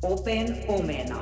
Open omena.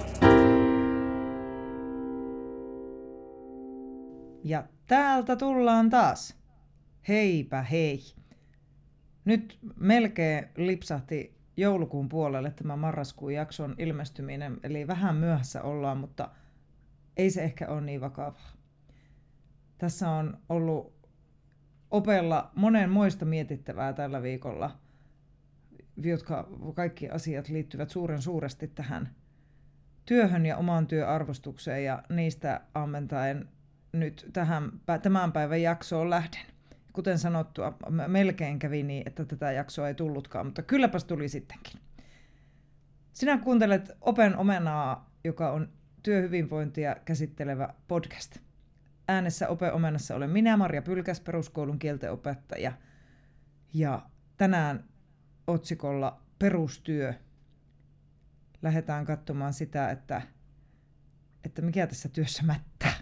Ja täältä tullaan taas. Heipä hei. Nyt melkein lipsahti joulukuun puolelle tämä marraskuun jakson ilmestyminen, eli vähän myöhässä ollaan, mutta ei se ehkä ole niin vakavaa. Tässä on ollut Opella monenmoista mietittävää tällä viikolla, jotka kaikki asiat liittyvät suuresti tähän työhön ja omaan työarvostukseen, ja niistä ammentaen nyt tämän päivän jaksoon lähden. Kuten sanottua, melkein kävi niin, että tätä jaksoa ei tullutkaan, mutta kylläpäs tuli sittenkin. Sinä kuuntelet Open omenaa, joka on työhyvinvointia käsittelevä podcast. Äänessä Open omenassa olen minä, Marja Pylkäs, peruskoulun kieltenopettaja. Ja tänään otsikolla perustyö lähdetään katsomaan sitä, että mikä tässä työssä mättää.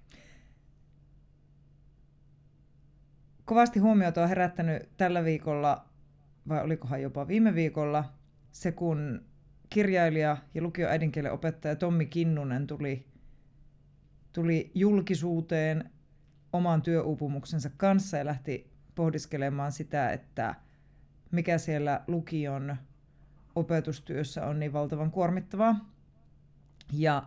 Kovasti huomiota on herättänyt tällä viikolla, vai olikohan jopa viime viikolla, se kun kirjailija ja lukioäidinkielen opettaja Tommi Kinnunen tuli julkisuuteen oman työuupumuksensa kanssa ja lähti pohdiskelemaan sitä, että mikä siellä lukion opetustyössä on niin valtavan kuormittavaa. Ja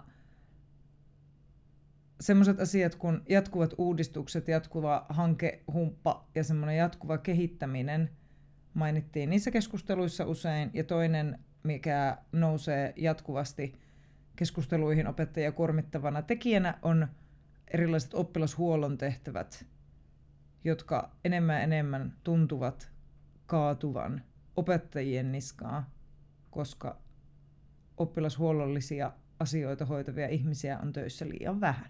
semmoiset asiat kuin jatkuvat uudistukset, jatkuva hankehumppa ja semmoinen jatkuva kehittäminen mainittiin niissä keskusteluissa usein. Ja toinen, mikä nousee jatkuvasti keskusteluihin opettajia kuormittavana tekijänä, on erilaiset oppilashuollon tehtävät, jotka enemmän ja enemmän tuntuvat kaatuvan opettajien niskaan, koska oppilashuollollisia asioita hoitavia ihmisiä on töissä liian vähän.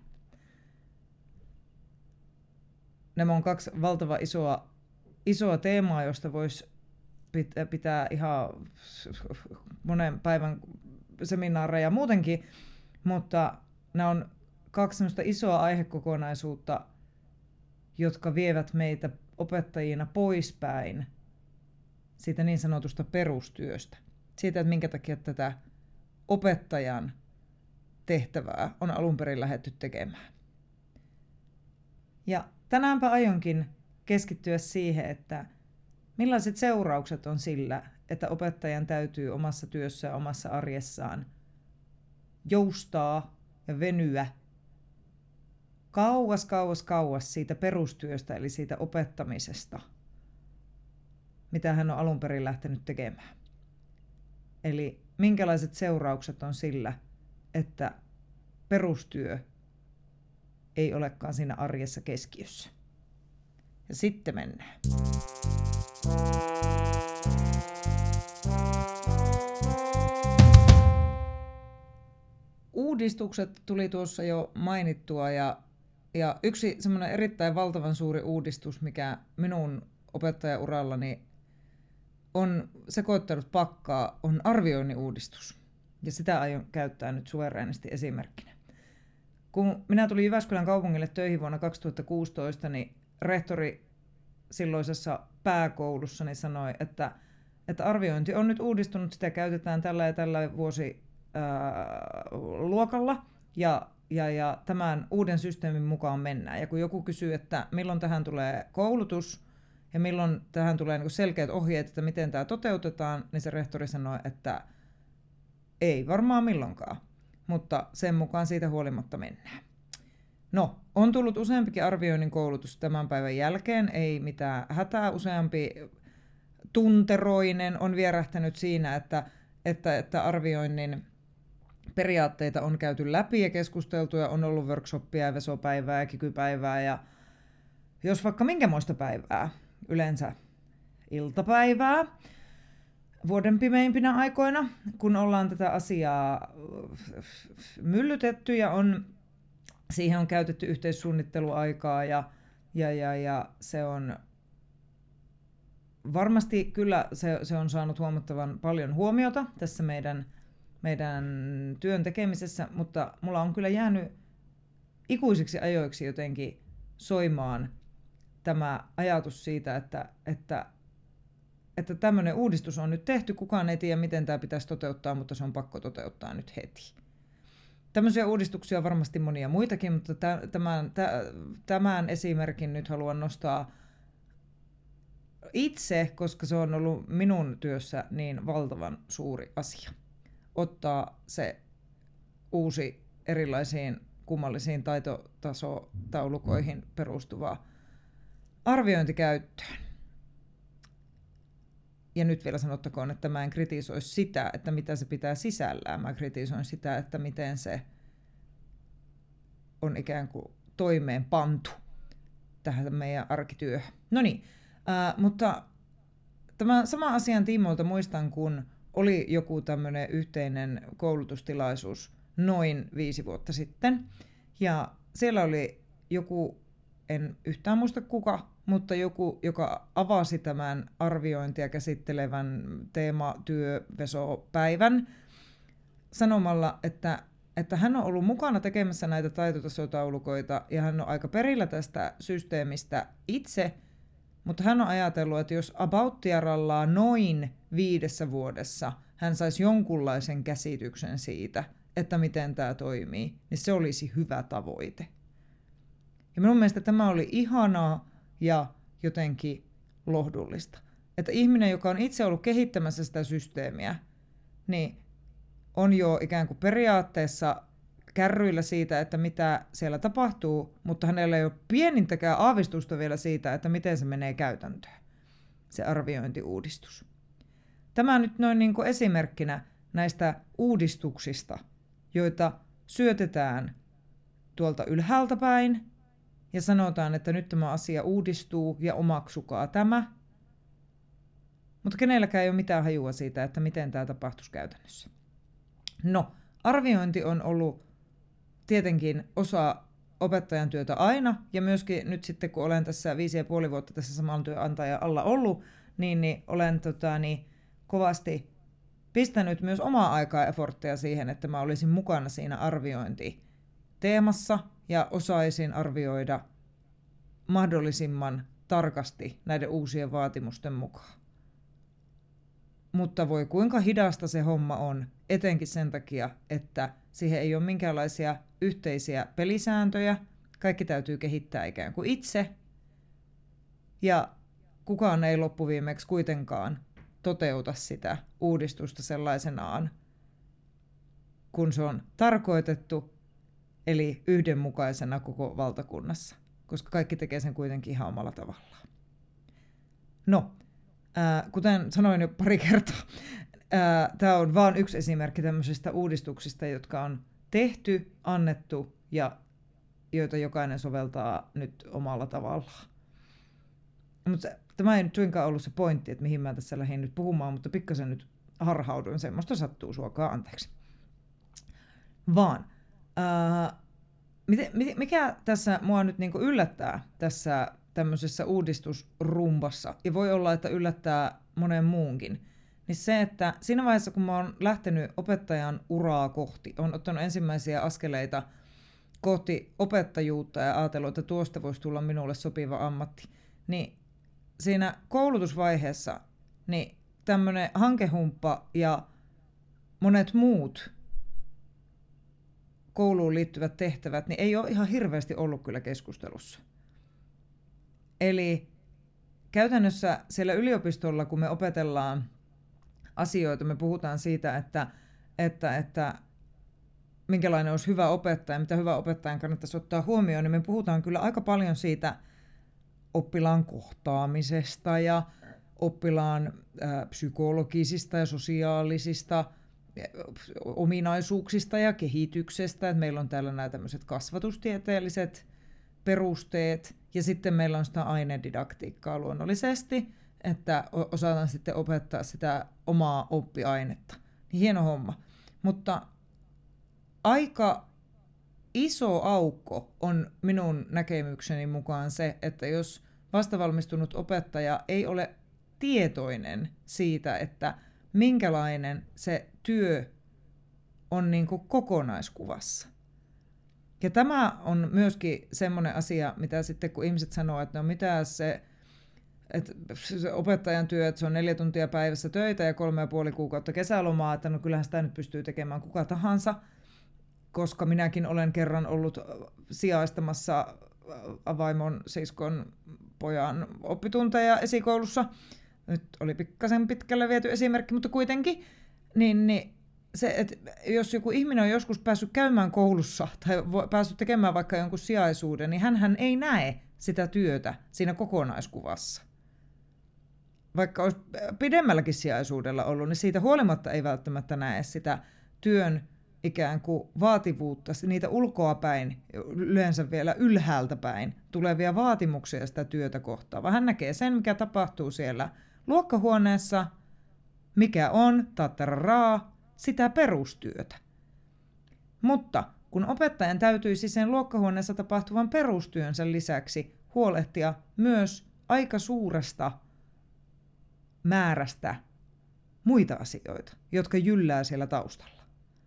Nämä on kaksi valtavan isoa teemaa, josta voisi pitää ihan monen päivän seminaareja muutenkin, mutta nämä on kaksi sellaista isoa aihekokonaisuutta, jotka vievät meitä opettajina poispäin siitä niin sanotusta perustyöstä. Siitä, että minkä takia tätä opettajan tehtävää on alun perin lähdetty tekemään. Ja tänäänpä aionkin keskittyä siihen, että millaiset seuraukset on sillä, että opettajan täytyy omassa työssään, omassa arjessaan joustaa ja venyä kauas siitä perustyöstä, eli siitä opettamisesta, mitä hän on alun perin lähtenyt tekemään. Eli minkälaiset seuraukset on sillä, että perustyö ei olekaan siinä arjessa keskiössä. Ja sitten mennään. Uudistukset tuli tuossa jo mainittua ja yksi semmoinen erittäin valtavan suuri uudistus, mikä minun opettajaurallani on sekoittanut pakkaa, on arvioinnin uudistus. Ja sitä aion käyttää nyt suvereenisti esimerkkinä. Kun minä tulin Jyväskylän kaupungille töihin vuonna 2016, niin rehtori silloisessa pääkoulussani sanoi, että arviointi on nyt uudistunut, sitä käytetään tällä ja tällä vuosiluokalla ja tämän uuden systeemin mukaan mennään. Ja kun joku kysyy, että milloin tähän tulee koulutus ja milloin tähän tulee niin selkeät ohjeet, että miten tämä toteutetaan, niin se rehtori sanoi, että ei varmaan milloinkaan, mutta sen mukaan siitä huolimatta mennään. No, on tullut useampikin arvioinnin koulutus tämän päivän jälkeen, ei mitään hätää, useampi tunteroinen on vierähtänyt siinä, että arvioinnin periaatteita on käyty läpi ja keskusteltu ja on ollut workshoppia ja vesopäivää ja kikypäivää ja jos vaikka minkämoista päivää, yleensä iltapäivää, vuoden pimeimpinä aikoina, kun ollaan tätä asiaa myllytetty ja siihen on käytetty yhteissuunnitteluaikaa ja se on varmasti kyllä se on saanut huomattavan paljon huomiota tässä meidän työn tekemisessä, mutta mulla on kyllä jäänyt ikuisiksi ajoiksi jotenkin soimaan tämä ajatus siitä, että että tämmöinen uudistus on nyt tehty, kukaan ei tiedä, miten tämä pitäisi toteuttaa, mutta se on pakko toteuttaa nyt heti. Tämmöisiä uudistuksia on varmasti monia muitakin, mutta tämän esimerkin nyt haluan nostaa itse, koska se on ollut minun työssä niin valtavan suuri asia. Ottaa se uusi erilaisiin kummallisiin taitotasotaulukoihin perustuva arviointi käyttöön. Ja nyt vielä sanottakoon, että mä en kritisoi sitä, että mitä se pitää sisällään. Mä kritisoin sitä, että miten se on ikään kuin toimeenpantu tähän meidän arkityöhön. No niin, mutta tämän saman asian tiimoilta muistan, kun oli joku tämmöinen yhteinen koulutustilaisuus noin 5 vuotta sitten. Ja siellä oli joku, en yhtään muista kuka, mutta joku, joka avasi tämän arviointia käsittelevän teematyövesopäivän sanomalla, että hän on ollut mukana tekemässä näitä taitotasotaulukoita ja hän on aika perillä tästä systeemistä itse, mutta hän on ajatellut, että jos about-tiarallaan noin 5 vuodessa hän saisi jonkunlaisen käsityksen siitä, että miten tämä toimii, niin se olisi hyvä tavoite. Ja minun mielestä tämä oli ihanaa ja jotenkin lohdullista. Että ihminen, joka on itse ollut kehittämässä sitä systeemiä, niin on jo ikään kuin periaatteessa kärryillä siitä, että mitä siellä tapahtuu, mutta hänellä ei ole pienintäkään aavistusta vielä siitä, että miten se menee käytäntöön, se arviointiuudistus. Tämä nyt noin niin kuin esimerkkinä näistä uudistuksista, joita syötetään tuolta ylhäältä päin ja sanotaan, että nyt tämä asia uudistuu ja omaksukaa tämä, mutta kenelläkään ei ole mitään hajua siitä, että miten tämä tapahtuisi käytännössä. No, arviointi on ollut tietenkin osa opettajan työtä aina, ja myöskin nyt sitten, kun olen tässä 5,5 vuotta tässä saman työnantajan alla ollut, niin olen kovasti pistänyt myös omaa aikaa ja effortteja siihen, että mä olisin mukana siinä arviointiteemassa ja osaisin arvioida mahdollisimman tarkasti näiden uusien vaatimusten mukaan. Mutta voi kuinka hidasta se homma on, etenkin sen takia, että siihen ei ole minkäänlaisia yhteisiä pelisääntöjä. Kaikki täytyy kehittää ikään kuin itse. Ja kukaan ei loppuviimeksi kuitenkaan toteuta sitä uudistusta sellaisenaan, kun se on tarkoitettu, eli yhdenmukaisena koko valtakunnassa, koska kaikki tekee sen kuitenkin ihan omalla tavallaan. No, kuten sanoin jo pari kertaa, tämä on vain yksi esimerkki tämmöisistä uudistuksista, jotka on tehty, annettu ja joita jokainen soveltaa nyt omalla tavallaan. Mutta tämä ei nyt suinkaan ollut se pointti, että mihin mä tässä lähdin nyt puhumaan, mutta pikkasen nyt harhauduin, semmoista sattuu, suokaa anteeksi. Vaan, mikä tässä mua nyt niinku yllättää tässä tämmöisessä uudistusrumbassa, ja voi olla, että yllättää monen muunkin, niin se, että siinä vaiheessa, kun mä oon lähtenyt opettajan uraa kohti, on ottanut ensimmäisiä askeleita kohti opettajuutta ja ajatellut, että tuosta voisi tulla minulle sopiva ammatti, niin siinä koulutusvaiheessa niin tämmöinen hankehumppa ja monet muut kouluun liittyvät tehtävät niin ei ole ihan hirveästi ollut kyllä keskustelussa. Eli käytännössä siellä yliopistolla, kun me opetellaan asioita, me puhutaan siitä, että minkälainen olisi hyvä opettaja, mitä hyvä opettajan kannattaisi ottaa huomioon, niin me puhutaan kyllä aika paljon siitä oppilaan kohtaamisesta ja oppilaan psykologisista ja sosiaalisista ominaisuuksista ja kehityksestä. Et meillä on täällä nämä tämmöiset kasvatustieteelliset perusteet ja sitten meillä on sitä ainedidaktiikkaa luonnollisesti, että osataan sitten opettaa sitä omaa oppiainetta. Hieno homma. Mutta aika iso aukko on minun näkemykseni mukaan se, että jos vastavalmistunut opettaja ei ole tietoinen siitä, että minkälainen se työ on niin kuin kokonaiskuvassa. Ja tämä on myöskin semmoinen asia, mitä sitten kun ihmiset sanoo, että no mitä se se opettajan työ, että se on 4 tuntia päivässä töitä ja 3,5 kuukautta kesälomaa, että no kyllähän sitä nyt pystyy tekemään kuka tahansa, koska minäkin olen kerran ollut sijaistamassa vaimon siskon pojan oppitunteja esikoulussa. Nyt oli pikkasen pitkälle viety esimerkki, mutta kuitenkin, niin se, että jos joku ihminen on joskus päässyt käymään koulussa tai päässyt tekemään vaikka jonkun sijaisuuden, niin hänhän ei näe sitä työtä siinä kokonaiskuvassa. Vaikka olisi pidemmälläkin sijaisuudella ollut, niin siitä huolimatta ei välttämättä näe sitä työn ikään kuin vaativuutta, niitä ulkoapäin, yleensä vielä ylhäältä päin tulevia vaatimuksia sitä työtä kohtaan, vaan hän näkee sen, mikä tapahtuu siellä luokkahuoneessa, mikä on sitä perustyötä. Mutta kun opettajan täytyisi sen luokkahuoneessa tapahtuvan perustyönsä lisäksi huolehtia myös aika suuresta määrästä muita asioita, jotka jyllää siellä taustalla.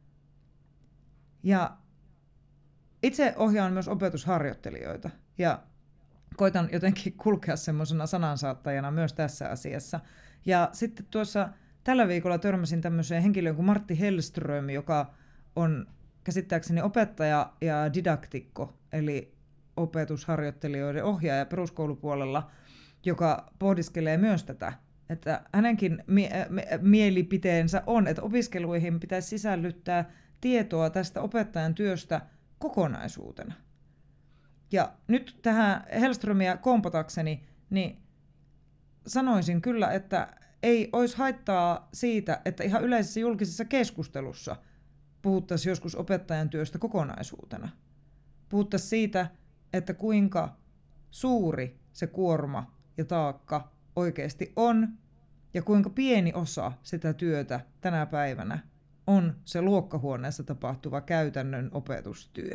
Ja itse ohjaan myös opetusharjoittelijoita ja koitan jotenkin kulkea semmoisena sanansaattajana myös tässä asiassa. Ja sitten tuossa tällä viikolla törmäsin tämmöiseen henkilöön kuin Martti Hellström, joka on käsittääkseni opettaja ja didaktikko, eli opetusharjoittelijoiden ohjaaja peruskoulupuolella, joka pohdiskelee myös tätä, että hänenkin mielipiteensä on, että opiskeluihin pitäisi sisällyttää tietoa tästä opettajan työstä kokonaisuutena. Ja nyt tähän Hellströmiä kompotakseni, niin sanoisin kyllä, että ei olisi haittaa siitä, että ihan yleisessä julkisessa keskustelussa puhuttaisiin joskus opettajan työstä kokonaisuutena. Puhuttaisiin siitä, että kuinka suuri se kuorma ja taakka oikeasti on, ja kuinka pieni osa sitä työtä tänä päivänä on se luokkahuoneessa tapahtuva käytännön opetustyö.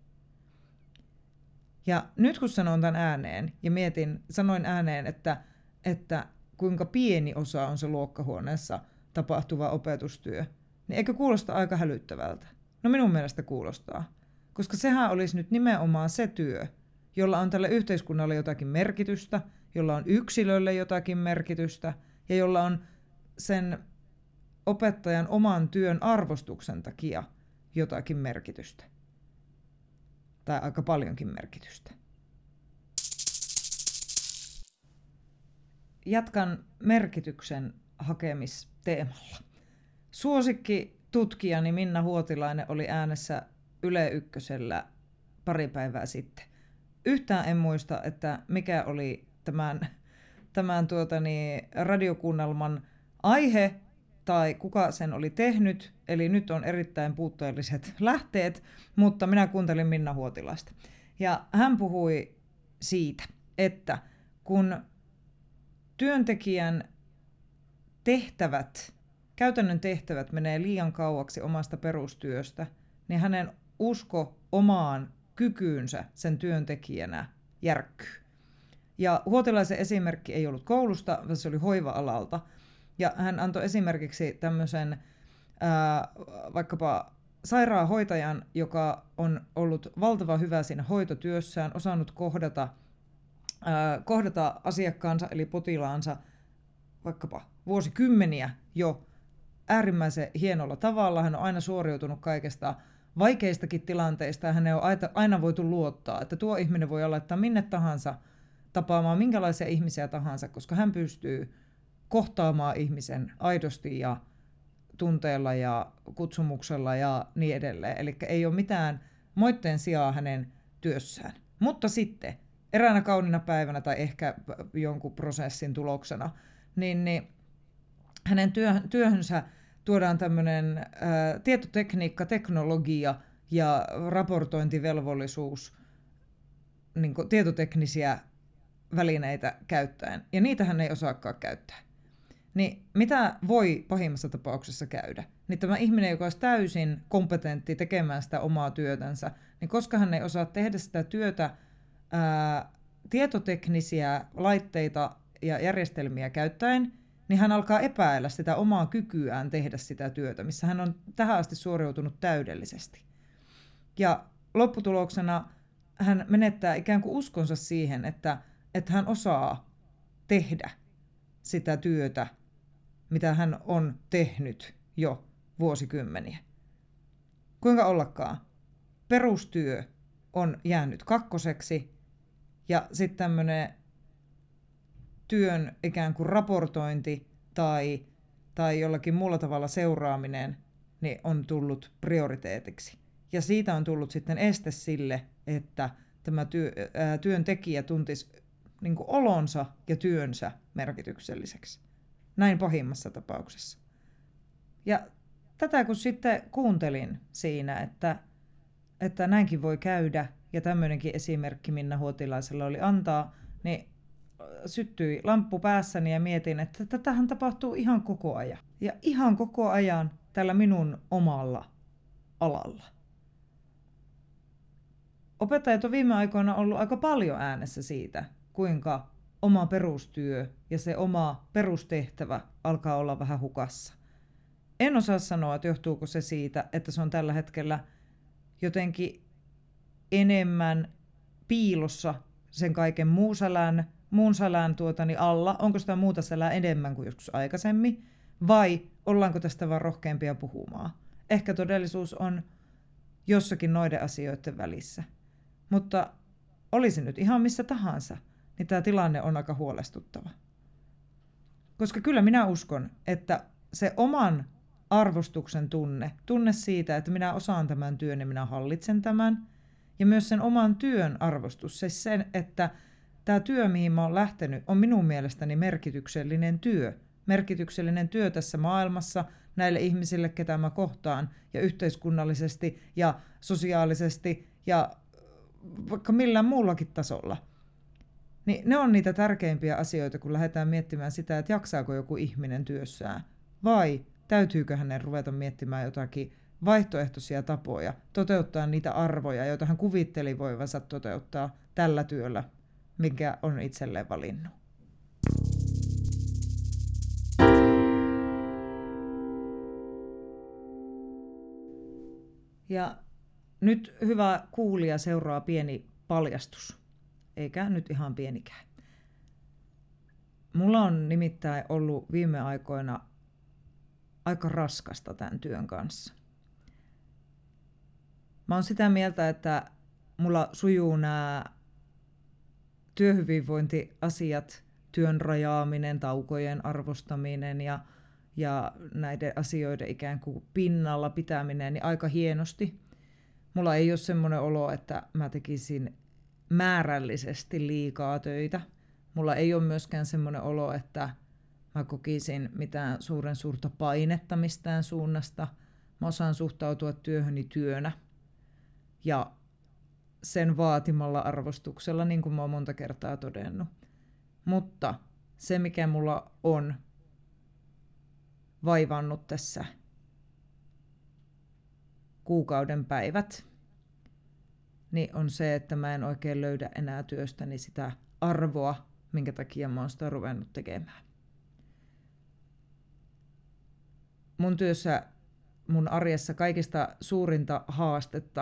Ja nyt kun sanon tämän ääneen ja sanoin ääneen, että kuinka pieni osa on se luokkahuoneessa tapahtuva opetustyö, niin eikö kuulosta aika hälyttävältä? No minun mielestä kuulostaa, koska sehän olisi nyt nimenomaan se työ, jolla on tälle yhteiskunnalle jotakin merkitystä, jolla on yksilölle jotakin merkitystä ja jolla on sen opettajan oman työn arvostuksen takia jotakin merkitystä. Tai aika paljonkin merkitystä. Jatkan merkityksen hakemisteemalla. Suosikki tutkijani Minna Huotilainen oli äänessä Yle Ykkösellä pari päivää sitten. Yhtään en muista, että mikä oli tämän radiokuunnelman aihe tai kuka sen oli tehnyt, eli nyt on erittäin puutteelliset lähteet, mutta minä kuuntelin Minna Huotilaista. Ja hän puhui siitä, että kun työntekijän käytännön tehtävät menee liian kauaksi omasta perustyöstä, niin hänen usko omaan kykyynsä sen työntekijänä järkkyy. Ja Huotilaisen esimerkki ei ollut koulusta, vaan se oli hoiva-alalta. Ja hän antoi esimerkiksi tämmöisen vaikkapa sairaanhoitajan, joka on ollut valtavan hyvä siinä hoitotyössään, osannut kohdata asiakkaansa eli potilaansa vaikkapa vuosikymmeniä jo äärimmäisen hienolla tavalla. Hän on aina suoriutunut kaikesta vaikeistakin tilanteista ja häneen on aina voitu luottaa, että tuo ihminen voi laittaa minne tahansa tapaamaan minkälaisia ihmisiä tahansa, koska hän pystyy kohtaamaan ihmisen aidosti ja tunteella ja kutsumuksella ja niin edelleen. Eli ei ole mitään moitteen sijaa hänen työssään. Mutta sitten eräänä kauniina päivänä tai ehkä jonkun prosessin tuloksena, niin hänen työhönsä tuodaan tämmöinen tietotekniikka, teknologia ja raportointivelvollisuus niin kuin tietoteknisiä välineitä käyttäen. Ja niitä hän ei osaakaan käyttää. Niin mitä voi pahimmassa tapauksessa käydä? Niin tämä ihminen, joka olisi täysin kompetentti tekemään sitä omaa työtänsä, niin koska hän ei osaa tehdä sitä työtä tietoteknisiä laitteita ja järjestelmiä käyttäen, niin hän alkaa epäillä sitä omaa kykyään tehdä sitä työtä, missä hän on tähän asti suoriutunut täydellisesti. Ja lopputuloksena hän menettää ikään kuin uskonsa siihen, että hän osaa tehdä sitä työtä, mitä hän on tehnyt jo vuosikymmeniä. Kuinka ollakaan? Perustyö on jäänyt kakkoseksi ja sitten tämmöinen työn ikään kuin raportointi tai jollakin muulla tavalla seuraaminen niin on tullut prioriteetiksi. Ja siitä on tullut sitten este sille, että tämä työntekijä tuntisi niin kuin olonsa ja työnsä merkitykselliseksi. Näin pahimmassa tapauksessa. Ja tätä kun sitten kuuntelin siinä, että näinkin voi käydä, ja tämmöinenkin esimerkki Minna Huotilaisella oli antaa, niin syttyi lamppu päässäni ja mietin, että tätähän tapahtuu ihan koko ajan. Ja ihan koko ajan tällä minun omalla alalla. Opettajat on viime aikoina ollut aika paljon äänessä siitä, kuinka oma perustyö ja se oma perustehtävä alkaa olla vähän hukassa. En osaa sanoa, että johtuuko se siitä, että se on tällä hetkellä jotenkin enemmän piilossa sen kaiken muun sälän alla. Onko sitä muuta sälää enemmän kuin joskus aikaisemmin? Vai ollaanko tästä vaan rohkeampia puhumaan? Ehkä todellisuus on jossakin noiden asioiden välissä. Mutta olisi nyt ihan missä tahansa, niin tämä tilanne on aika huolestuttava. Koska kyllä minä uskon, että se oman arvostuksen tunne siitä, että minä osaan tämän työn ja minä hallitsen tämän, ja myös sen oman työn arvostus, siis sen, että tämä työ, mihin mä oon lähtenyt, on minun mielestäni merkityksellinen työ. Merkityksellinen työ tässä maailmassa näille ihmisille, ketä mä kohtaan, ja yhteiskunnallisesti ja sosiaalisesti ja vaikka millään muullakin tasolla. Niin ne on niitä tärkeimpiä asioita, kun lähdetään miettimään sitä, että jaksaako joku ihminen työssään, vai täytyykö hänen ruveta miettimään jotakin vaihtoehtoisia tapoja toteuttaa niitä arvoja, joita hän kuvitteli voivansa toteuttaa tällä työllä, minkä on itselleen valinnut. Ja nyt hyvä kuulija seuraa pieni paljastus, eikä nyt ihan pienikään. Mulla on nimittäin ollut viime aikoina aika raskasta tämän työn kanssa. Mä oon sitä mieltä, että mulla sujuu nämä työhyvinvointiasiat, työn rajaaminen, taukojen arvostaminen ja näiden asioiden ikään kuin pinnalla pitäminen niin aika hienosti. Mulla ei ole semmoinen olo, että mä tekisin määrällisesti liikaa töitä. Mulla ei ole myöskään semmoinen olo, että mä kokisin mitään suurta painetta mistään suunnasta. Mä osaan suhtautua työhöni työnä ja sen vaatimalla arvostuksella, niin kuin mä oon monta kertaa todennut. Mutta se, mikä mulla on vaivannut tässä kuukauden päivät, niin on se, että mä en oikein löydä enää työstäni sitä arvoa, minkä takia mä oon sitä ruvennut tekemään. Mun työssä, mun arjessa kaikista suurinta haastetta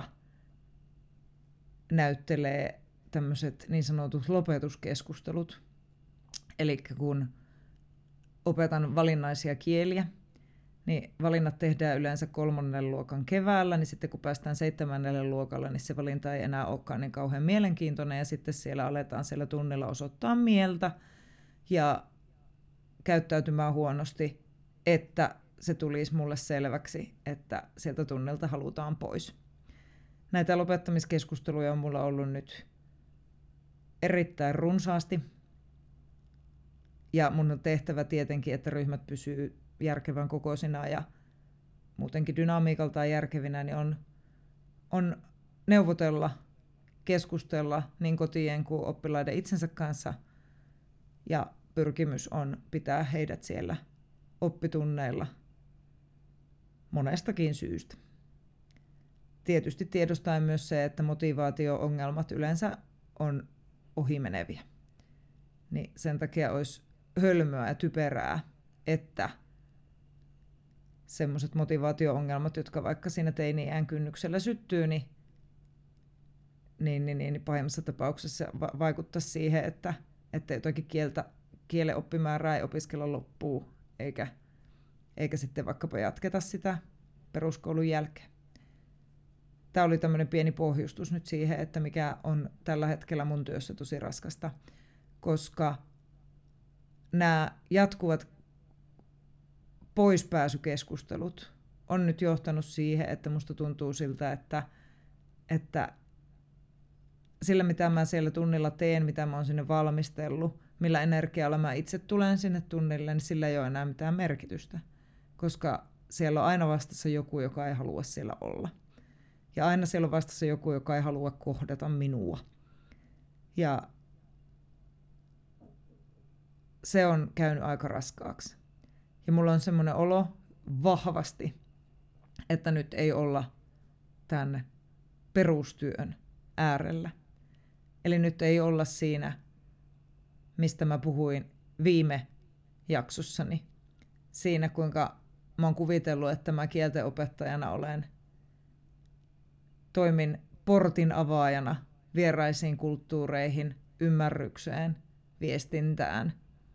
näyttelee tämmöiset niin sanotut lopetuskeskustelut. Eli kun opetan valinnaisia kieliä, niin valinnat tehdään yleensä 3. luokan keväällä, niin sitten kun päästään 7. luokalle, niin se valinta ei enää olekaan niin kauhean mielenkiintoinen, ja sitten siellä aletaan siellä tunnilla osoittaa mieltä ja käyttäytymään huonosti, että se tulisi mulle selväksi, että sieltä tunnilta halutaan pois. Näitä lopettamiskeskusteluja on mulla ollut nyt erittäin runsaasti, ja mun on tehtävä tietenkin, että ryhmät pysyy järkevän kokoisina ja muutenkin dynamiikaltaan järkevinä, niin on neuvotella, keskustella niin kotien kuin oppilaiden itsensä kanssa, ja pyrkimys on pitää heidät siellä oppitunneilla monestakin syystä. Tietysti tiedostaen myös se, että motivaatio-ongelmat yleensä on ohimeneviä. Niin sen takia olisi hölmöä ja typerää, että semmoiset motivaatio-ongelmat, jotka vaikka siinä teini-iän kynnyksellä syttyy, niin pahimmassa tapauksessa vaikuttaa siihen, että jotakin kielen oppimäärää ei opiskella loppuun, eikä sitten vaikkapa jatketa sitä peruskoulun jälkeen. Tämä oli tämmöinen pieni pohjustus nyt siihen, että mikä on tällä hetkellä mun työssä tosi raskasta, koska nämä jatkuvat poispääsykeskustelut on nyt johtanut siihen, että musta tuntuu siltä, että sillä mitä mä siellä tunnilla teen, mitä mä oon sinne valmistellut, millä energialla mä itse tulen sinne tunnille, niin sillä ei ole enää mitään merkitystä, koska siellä on aina vastassa joku, joka ei halua siellä olla. Ja aina siellä on vastassa joku, joka ei halua kohdata minua. Ja se on käynyt aika raskaaksi. Ja mulla on semmoinen olo vahvasti, että nyt ei olla tämän perustyön äärellä. Eli nyt ei olla siinä, mistä mä puhuin viime jaksossani. Siinä, kuinka mä oon kuvitellut, että mä kieltenopettajana toimin portin avaajana vieraisiin kulttuureihin, ymmärrykseen, viestintään,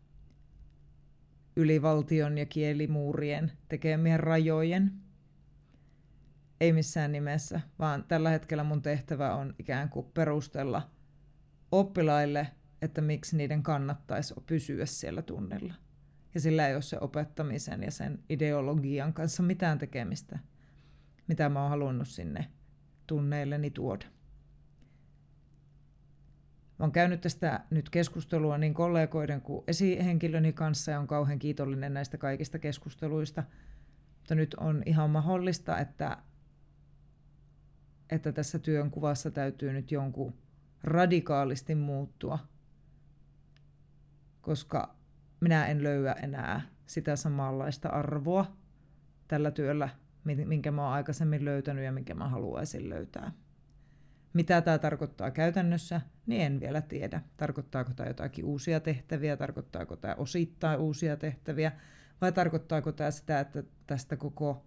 yli valtion ja kielimuurien tekemien rajojen. Ei missään nimessä, vaan tällä hetkellä mun tehtävä on ikään kuin perustella oppilaille, että miksi niiden kannattaisi pysyä siellä tunnilla. Ja sillä ei ole se opettamisen ja sen ideologian kanssa mitään tekemistä, mitä mä oon halunnut sinne tunneilleni tuoda. Mä oon käynyt tästä nyt keskustelua niin kollegoiden kuin esihenkilöni kanssa ja on kauhean kiitollinen näistä kaikista keskusteluista. Mutta nyt on ihan mahdollista, että tässä työnkuvassa täytyy nyt jonkun radikaalisti muuttua, koska minä en löyä enää sitä samanlaista arvoa tällä työllä, minkä mä oon aikaisemmin löytänyt ja minkä mä haluaisin löytää. Mitä tämä tarkoittaa käytännössä, niin en vielä tiedä. Tarkoittaako tämä jotakin uusia tehtäviä, tarkoittaako tämä osittain uusia tehtäviä, vai tarkoittaako tämä sitä, että tästä koko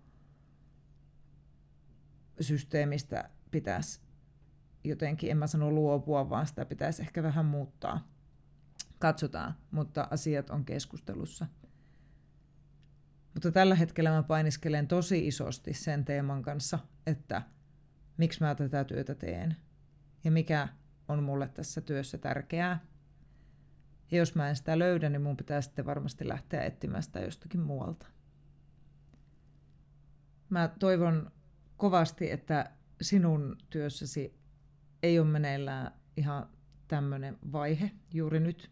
systeemistä pitäisi jotenkin, en mä sano luopua, vaan sitä pitäisi ehkä vähän muuttaa. Katsotaan, mutta asiat on keskustelussa. Mutta tällä hetkellä mä painiskelen tosi isosti sen teeman kanssa, että miksi mä tätä työtä teen ja mikä on mulle tässä työssä tärkeää. Ja jos mä en sitä löydä, niin mun pitää sitten varmasti lähteä etsimään sitä jostakin muualta. Mä toivon kovasti, että sinun työssäsi ei ole meneillään ihan tämmöinen vaihe juuri nyt.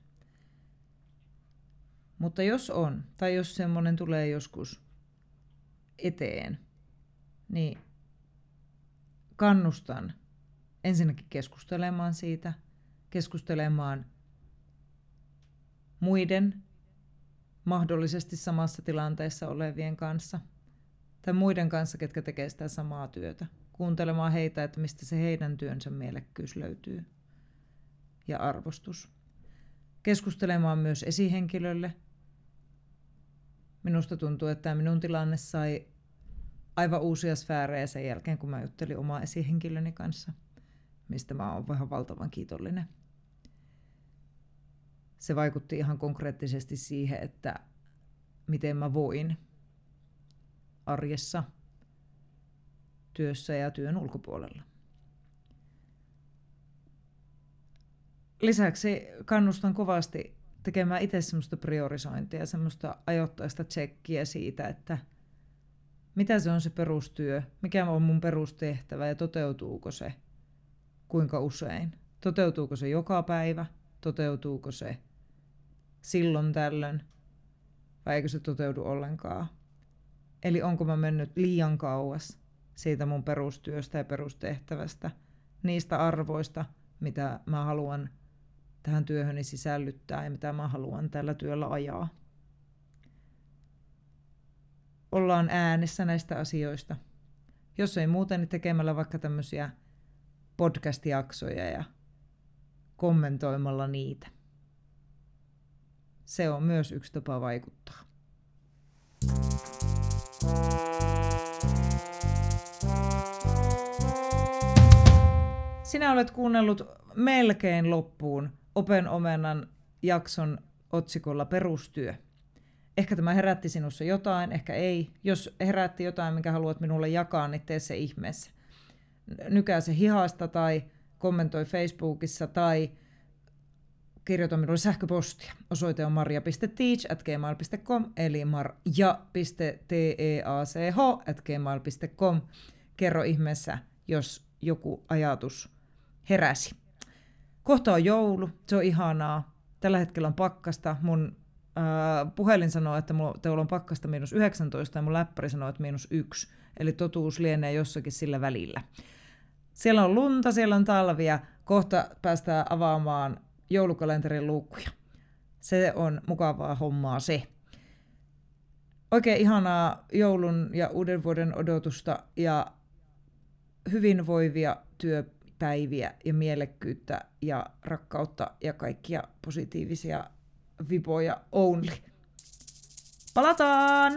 Mutta jos on, tai jos semmoinen tulee joskus eteen, niin kannustan ensinnäkin keskustelemaan siitä, keskustelemaan muiden mahdollisesti samassa tilanteessa olevien kanssa, tai muiden kanssa, ketkä tekevät sitä samaa työtä. Kuuntelemaan heitä, että mistä se heidän työnsä mielekkyys löytyy ja arvostus. Keskustelemaan myös esihenkilölle. Minusta tuntuu, että tämä minun tilanne sai aivan uusia sfäärejä sen jälkeen, kun mä juttelin omaa esihenkilöni kanssa, mistä mä oon vähän valtavan kiitollinen. Se vaikutti ihan konkreettisesti siihen, että miten mä voin arjessa, työssä ja työn ulkopuolella. Lisäksi kannustan kovasti tekemään itse semmoista priorisointia, semmoista ajoittaista tsekkiä siitä, että mitä se on se perustyö, mikä on mun perustehtävä ja toteutuuko se, kuinka usein. Toteutuuko se joka päivä, toteutuuko se silloin tällöin vai eikö se toteudu ollenkaan. Eli onko mä mennyt liian kauas siitä mun perustyöstä ja perustehtävästä, niistä arvoista, mitä mä haluan tähän työhöni sisällyttää ja mitä mä haluan tällä työllä ajaa. Ollaan äänessä näistä asioista. Jos ei muuten, niin tekemällä vaikka tämmöisiä podcast-jaksoja ja kommentoimalla niitä. Se on myös yksi tapa vaikuttaa. Sinä olet kuunnellut melkein loppuun Open Omenan jakson otsikolla perustyö. Ehkä tämä herätti sinussa jotain, ehkä ei. Jos herätti jotain, minkä haluat minulle jakaa, niin tee se ihmeessä. Nykää se hihasta tai kommentoi Facebookissa tai kirjoita minulle sähköpostia. Osoite on marja.teach@gmail.com eli marja.teach@gmail.com. Kerro ihmeessä, jos joku ajatus heräsi. Kohta on joulu, se on ihanaa. Tällä hetkellä on pakkasta. Mun puhelin sanoo, että teillä on pakkasta -19 ja mun läppäri sanoo, että -1. Eli totuus lienee jossakin sillä välillä. Siellä on lunta, siellä on talvia. Kohta päästään avaamaan joulukalenterin luukkuja. Se on mukavaa hommaa se. Oikein ihanaa joulun ja uuden vuoden odotusta ja hyvinvoivia työpäiviä ja mielekkyyttä ja rakkautta ja kaikkia positiivisia viboja only. Palataan!